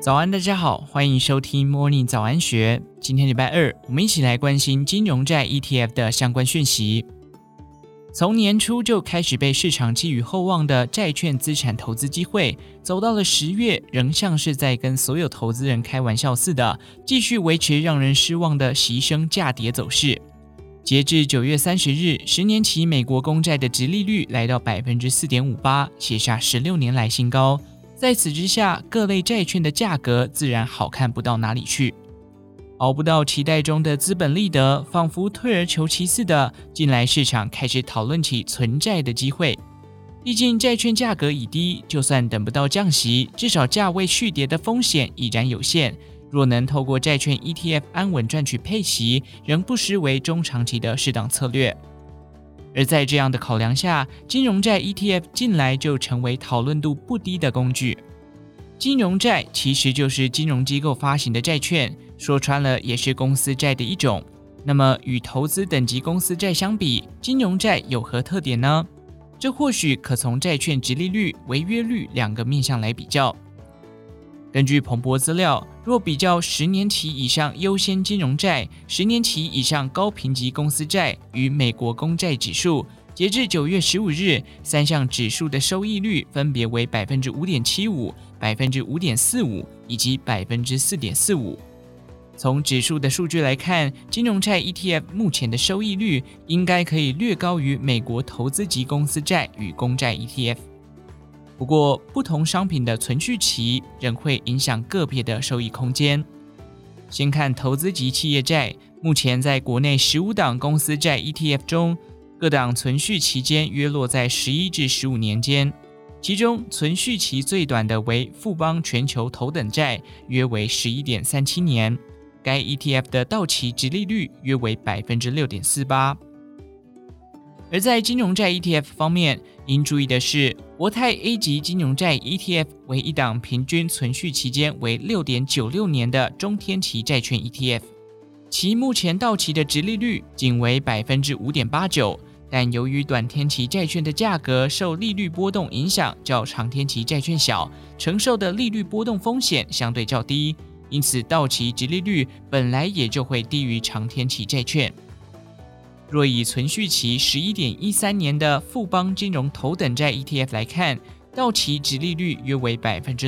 早安，大家好，欢迎收听 Morning 早安学。今天礼拜二，我们一起来关心金融债 ETF 的相关讯息。从年初就开始被市场寄予厚望的债券资产投资机会，走到了10月，仍像是在跟所有投资人开玩笑似的，继续维持让人失望的息升价跌走势。截至9月30日，10年期美国公债的殖利率来到 4.58%， 写下16年来新高。在此之下，各类债券的价格自然好看不到哪里去。熬不到期待中的资本利得，仿佛退而求其次的，近来市场开始讨论起存债的机会。毕竟债券价格已低，就算等不到降息，至少价位续跌的风险已然有限。若能透过债券 ETF 安稳赚取配息，仍不失为中长期的适当策略。而在这样的考量下，金融债 ETF 近来就成为讨论度不低的工具。金融债其实就是金融机构发行的债券，说穿了也是公司债的一种。那么与投资等级公司债相比，金融债有何特点呢？这或许可从债券殖利率、违约率两个面向来比较。根据彭博资料，若比较10年期以上优先金融债、10年期以上高评级公司债与美国公债指数，截至9月15日，3项指数的收益率分别为 5.75%、5.45% 以及 4.45%。从指数的数据来看，金融债 ETF 目前的收益率应该可以略高于美国投资级公司债与公债 ETF。不过，不同商品的存续期仍会影响个别的收益空间。先看投资级企业债，目前在国内15档公司债 ETF 中，各档存续期间约落在11至15年间，其中存续期最短的为富邦全球头等债，约为 11.37 年，该 ETF 的到期殖利率约为 6.48%。而在金融债 ETF 方面，应注意的是，国泰 A 级金融债 ETF 为一档平均存续期间为 6.96 年的中天期债券 ETF， 其目前到期的殖利率仅为 5.89%， 但由于短天期债券的价格受利率波动影响较长天期债券小，承受的利率波动风险相对较低，因此到期殖利率本来也就会低于长天期债券。若以存续期 11.13 年的富邦金融头等债 ETF 来看，到期殖利率约为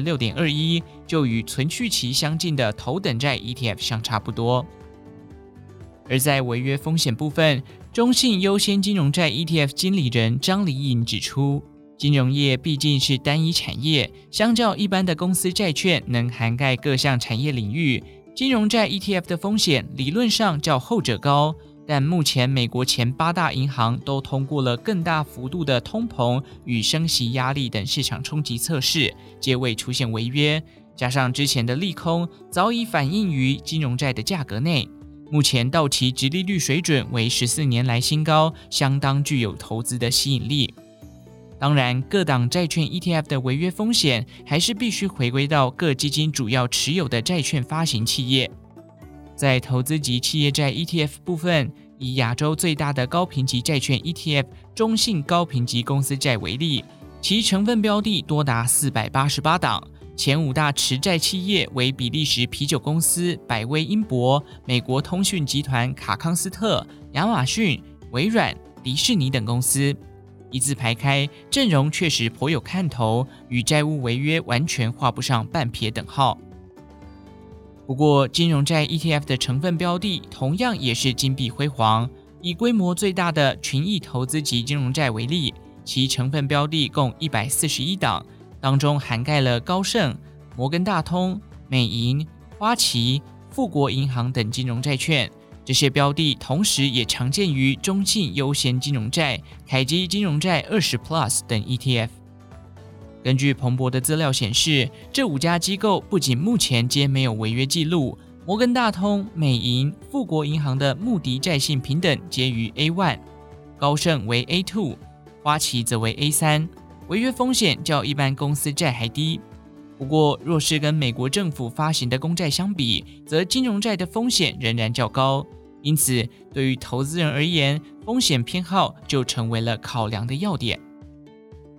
6.21%， 就与存续期相近的头等债 ETF 相差不多。而在违约风险部分，中信优先金融债 ETF 经理人张黎颖指出，金融业毕竟是单一产业，相较一般的公司债券能涵盖各项产业领域，金融债 ETF 的风险理论上较后者高，但目前美国前8大银行都通过了更大幅度的通膨与升息压力等市场冲击测试，皆未出现违约，加上之前的利空早已反映于金融债的价格内，目前到期殖利率水准为14年来新高，相当具有投资的吸引力。当然，各档债券 ETF 的违约风险还是必须回归到各基金主要持有的债券发行企业。在投资级企业债 ETF 部分，以亚洲最大的高评级债券 ETF 中信高评级公司债为例，其成分标的多达488档，前5大持债企业为比利时啤酒公司百威英博、美国通讯集团卡康斯特、亚马逊、微软、迪士尼等公司。一字排开，阵容确实颇有看头，与债务违约完全画不上半撇等号。不过，金融债 ETF 的成分标的同样也是金碧辉煌。以规模最大的群益投资级金融债为例，其成分标的共141档，当中涵盖了高盛、摩根大通、美银、花旗、富国银行等金融债券。这些标的同时也常见于中信优先金融债、凯基金融债20+ 等 ETF。根据彭博的资料显示，这5家机构不仅目前皆没有违约记录，摩根大通、美银、富国银行的穆迪债信评等皆于 A1， 高盛为 A2， 花旗则为 A3， 违约风险较一般公司债还低。不过，若是跟美国政府发行的公债相比，则金融债的风险仍然较高，因此对于投资人而言，风险偏好就成为了考量的要点。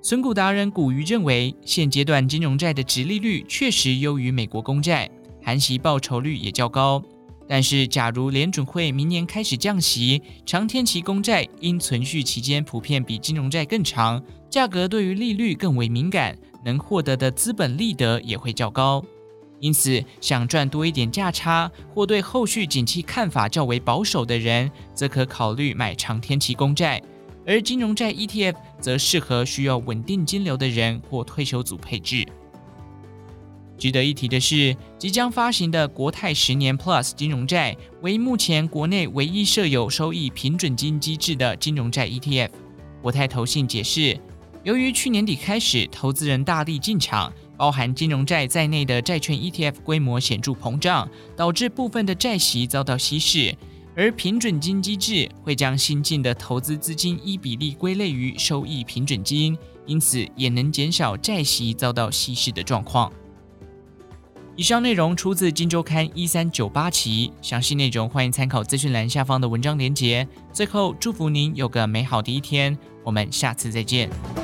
存股达人古鱼认为，现阶段金融债的殖利率确实优于美国公债，含息报酬率也较高。但是，假如联准会明年开始降息，长天期公债因存续期间普遍比金融债更长，价格对于利率更为敏感，能获得的资本利得也会较高。因此，想赚多一点价差，或对后续景气看法较为保守的人，则可考虑买长天期公债。而金融债 ETF 则适合需要稳定金流的人或退休组配置。值得一提的是，即将发行的国泰10年 Plus 金融债为目前国内唯一设有收益平准金机制的金融债 ETF。国泰投信解释，由于去年底开始投资人大力进场，包含金融债在内的债券 ETF 规模显著膨胀，导致部分的债息遭到稀释。而平准金机制会将新进的投资资金依比例归类于收益平准金，因此也能减少债息遭到稀释的状况。以上内容出自《今周刊》1398期，详细内容欢迎参考资讯栏下方的文章连结。最后，祝福您有个美好的一天，我们下次再见。